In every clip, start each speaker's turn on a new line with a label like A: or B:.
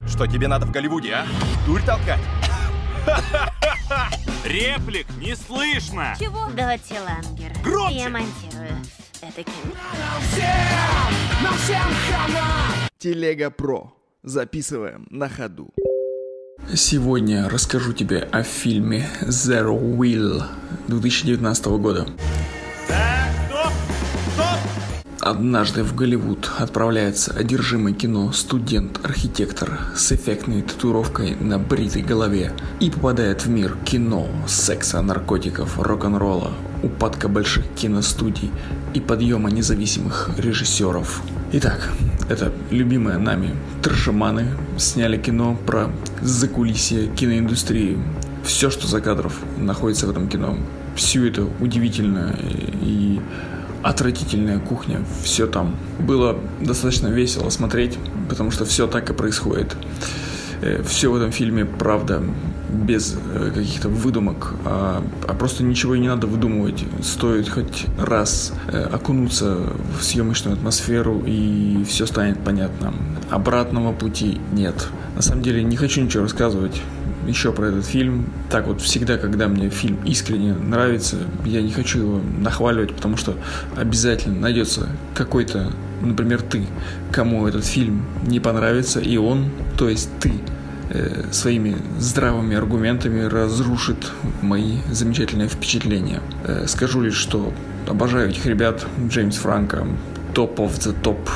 A: Что тебе надо в Голливуде, а? Дурь толкать?
B: Реплик не слышно!
C: Чего?
D: Доти Лангер.
B: Громче!
D: Я монтирую. Это кино.
E: Телега Про. Записываем на ходу.
F: Сегодня расскажу тебе о фильме Zero Will 2019 года. Однажды в Голливуд отправляется одержимый кино студент-архитектор с эффектной татуировкой на бритой голове и попадает в мир кино, секса, наркотиков, рок-н-ролла, упадка больших киностудий и подъема независимых режиссеров. Итак, это любимые нами трэшоманы сняли кино про закулисье киноиндустрии. Все, что за кадров, находится в этом кино. Всю эту удивительную и отвратительная кухня, все там. Было достаточно весело смотреть, потому что все так и происходит. Все в этом фильме правда, без каких-то выдумок, а просто ничего и не надо выдумывать. Стоит хоть раз окунуться в съемочную атмосферу, и все станет понятно. Обратного пути нет. На самом деле не хочу ничего рассказывать еще про этот фильм. Так вот, всегда, когда мне фильм искренне нравится, я не хочу его нахваливать, потому что обязательно найдется какой-то, например, ты, кому этот фильм не понравится, и он, то есть ты, своими здравыми аргументами разрушит мои замечательные впечатления. Скажу лишь, что обожаю этих ребят. Джеймс Франко, топ of the топ,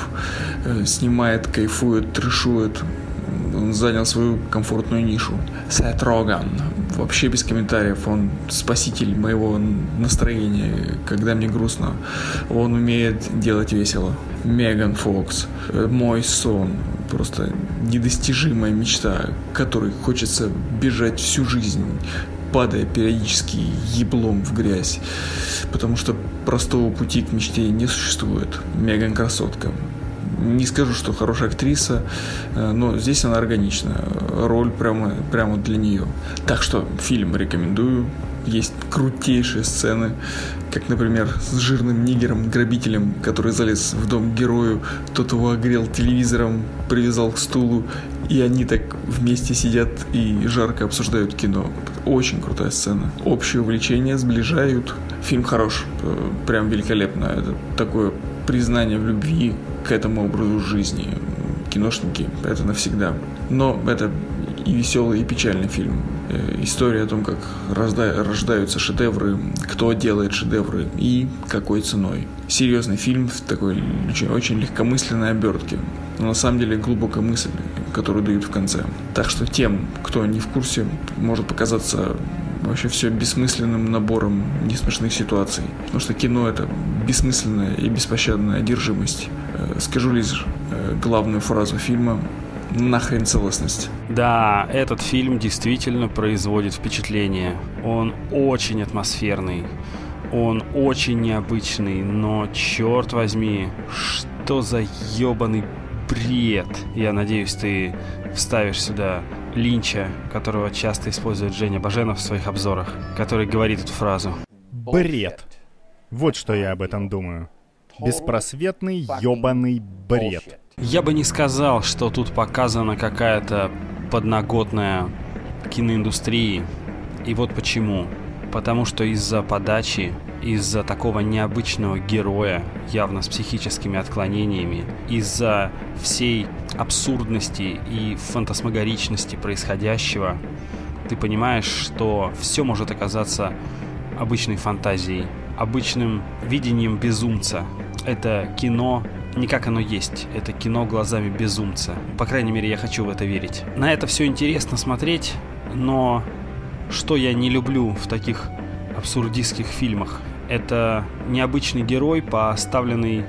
F: снимает, кайфует, трэшует. Он занял свою комфортную нишу. Сет Роган, вообще без комментариев, он спаситель моего настроения, когда мне грустно. Он умеет делать весело. Меган Фокс, мой сон, просто недостижимая мечта, которой хочется бежать всю жизнь, падая периодически еблом в грязь, потому что простого пути к мечте не существует. Меган красотка. Не скажу, что хорошая актриса, но здесь она органична. Роль прямо для нее. Так что фильм рекомендую. Есть крутейшие сцены, как, например, с жирным нигером-грабителем, который залез в дом герою, тот его огрел телевизором, привязал к стулу, и они так вместе сидят и жарко обсуждают кино. Очень крутая сцена. Общие увлечения сближают. Фильм хорош, прям великолепно. Это такое признание в любви к этому образу жизни. Киношники — это навсегда. Но это и веселый, и печальный фильм. История о том, как рождаются шедевры, кто делает шедевры и какой ценой. Серьезный фильм в такой очень легкомысленной обертке, но на самом деле глубокая мысль, которую дают в конце. Так что тем, кто не в курсе, может показаться вообще все бессмысленным набором несмешных ситуаций. Потому что кино — это бессмысленная и беспощадная одержимость. Скажу лишь главную фразу фильма: нахрен целостность.
B: Да, этот фильм действительно производит впечатление. Он очень атмосферный, он очень необычный, но, черт возьми, что за ебаный бред. Я надеюсь, ты вставишь сюда Линча, которого часто использует Женя Баженов в своих обзорах, который говорит эту фразу.
G: Бред. Вот что я об этом думаю. Беспросветный ебаный бред.
B: Я бы не сказал, что тут показана какая-то подноготная киноиндустрии. И вот почему. Потому что из-за подачи, из-за такого необычного героя, явно с психическими отклонениями, из-за всей абсурдности и фантасмагоричности происходящего, ты понимаешь, что все может оказаться обычной фантазией, обычным видением безумца. Это кино не как оно есть, это кино глазами безумца. По крайней мере, я хочу в это верить. На это все интересно смотреть, но что я не люблю в таких абсурдистских фильмах? Это необычный герой, поставленный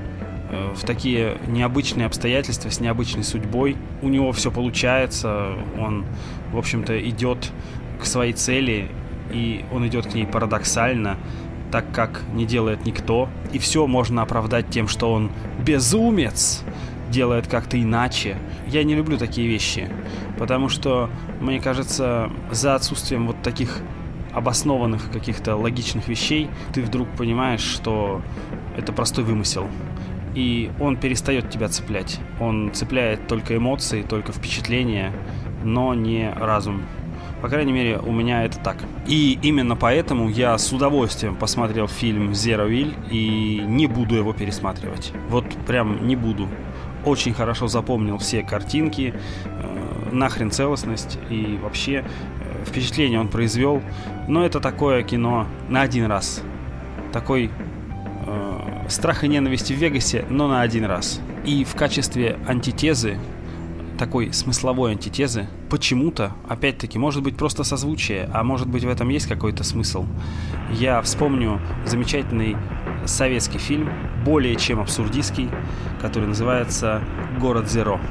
B: в такие необычные обстоятельства, с необычной судьбой. У него все получается, он, в общем-то, идет к своей цели, и он идет к ней парадоксально, так как не делает никто. И все можно оправдать тем, что он безумец, делает как-то иначе. Я не люблю такие вещи, потому что, мне кажется, за отсутствием вот таких обоснованных каких-то логичных вещей ты вдруг понимаешь, что это простой вымысел. и он перестает тебя цеплять. Он цепляет только эмоции, только впечатления, но не разум. По крайней мере, у меня это так. И именно поэтому я с удовольствием посмотрел фильм «Zeroville» и не буду его пересматривать. Вот прям не буду. Очень хорошо запомнил все картинки, нахрен целостность и вообще впечатление он произвел. Но это такое кино на один раз. Такой страх и ненависть в Вегасе, но на один раз. И в качестве антитезы, такой смысловой антитезы, почему-то, опять-таки, может быть просто созвучие, а может быть в этом есть какой-то смысл, я вспомню замечательный советский фильм, более чем абсурдистский, который называется «Город Зеро».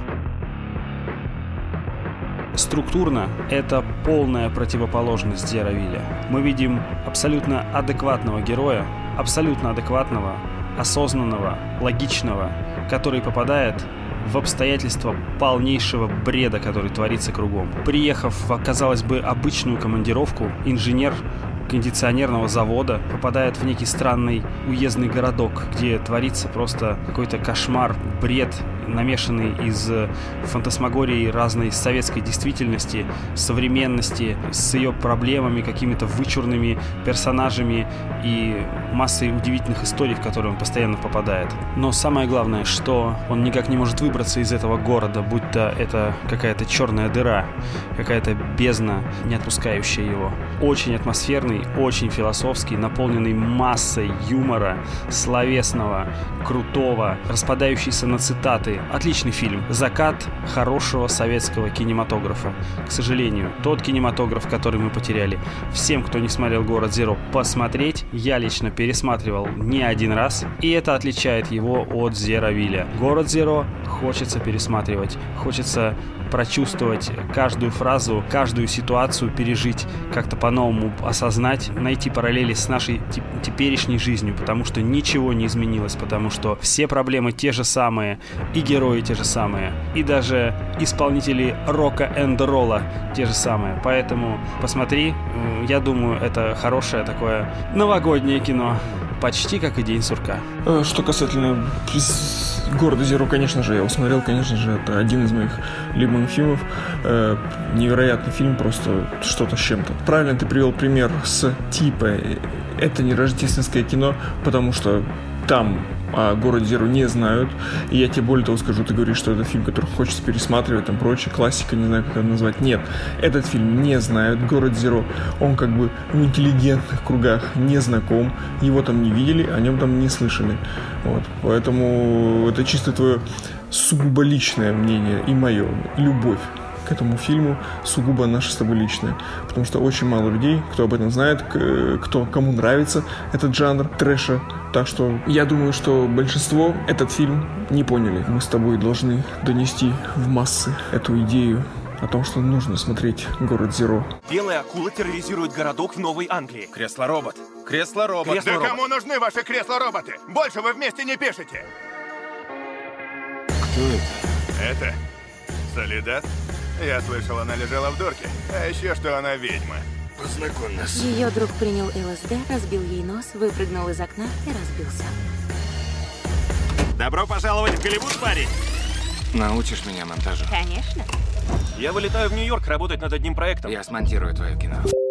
B: Структурно это полная противоположность Zeroville. Мы видим абсолютно адекватного героя, абсолютно адекватного, осознанного, логичного, который попадает в обстоятельства полнейшего бреда, который творится кругом. Приехав в, казалось бы, обычную командировку, инженер кондиционерного завода попадает в некий странный уездный городок, где творится просто какой-то кошмар, бред, намешанный из фантасмагории разной советской действительности, современности, с ее проблемами, какими-то вычурными персонажами и массой удивительных историй, в которые он постоянно попадает. Но самое главное, что он никак не может выбраться из этого города, будь то это какая-то черная дыра, какая-то бездна, не отпускающая его. Очень атмосферный, очень философский, наполненный массой юмора, словесного, крутого, распадающийся на цитаты. Отличный фильм. Закат хорошего советского кинематографа. К сожалению, тот кинематограф, который мы потеряли. Всем, кто не смотрел «Город Зеро», посмотреть. Я лично пересматривал не один раз, и это отличает его от Zeroville. «Город Зеро» хочется пересматривать. Хочется прочувствовать каждую фразу, каждую ситуацию, пережить, как-то по-новому осознать, найти параллели с нашей теперешней жизнью, потому что ничего не изменилось, потому что все проблемы те же самые, и герои те же самые, и даже исполнители рока-энд-ролла те же самые. Поэтому посмотри, я думаю, это хорошее такое новогоднее кино. Почти как и «День сурка».
F: Что касательно «Города Зеро», конечно же, я его смотрел, конечно же, это один из моих любимых фильмов. Невероятный фильм, просто что-то с чем-то. Правильно ты привел пример с типа «это не рождественское кино», потому что там о «Городе Зеро» не знают. И я тебе более того скажу, ты говоришь, что это фильм, который хочется пересматривать, там прочее, классика, не знаю, как это назвать. Нет, этот фильм не знают. «Город Зеро», он как бы в интеллигентных кругах не знаком, его там не видели, о нем там не слышали. Вот. Поэтому это чисто твое сугубо личное мнение и мое, любовь к этому фильму сугубо наша с тобой личная. Потому что очень мало людей, кто об этом знает, кому нравится этот жанр трэша. Так что я думаю, что большинство этот фильм не поняли. Мы с тобой должны донести в массы эту идею о том, что нужно смотреть «Город Зеро».
A: Белая акула терроризирует городок в Новой Англии. Кресло-робот. Кресло-робот.
C: Да кому нужны ваши кресла-роботы? Больше вы вместе не пишете.
A: Кто это?
C: Это Солидат. Я слышал, она лежала в дурке. А еще что она ведьма.
A: Познакомь нас.
D: Ее друг принял ЛСД, разбил ей нос, выпрыгнул из окна и разбился.
A: Добро пожаловать в Голливуд, парень.
H: Научишь меня монтажу?
D: Конечно.
A: Я вылетаю в Нью-Йорк работать над одним проектом.
H: Я смонтирую твое кино.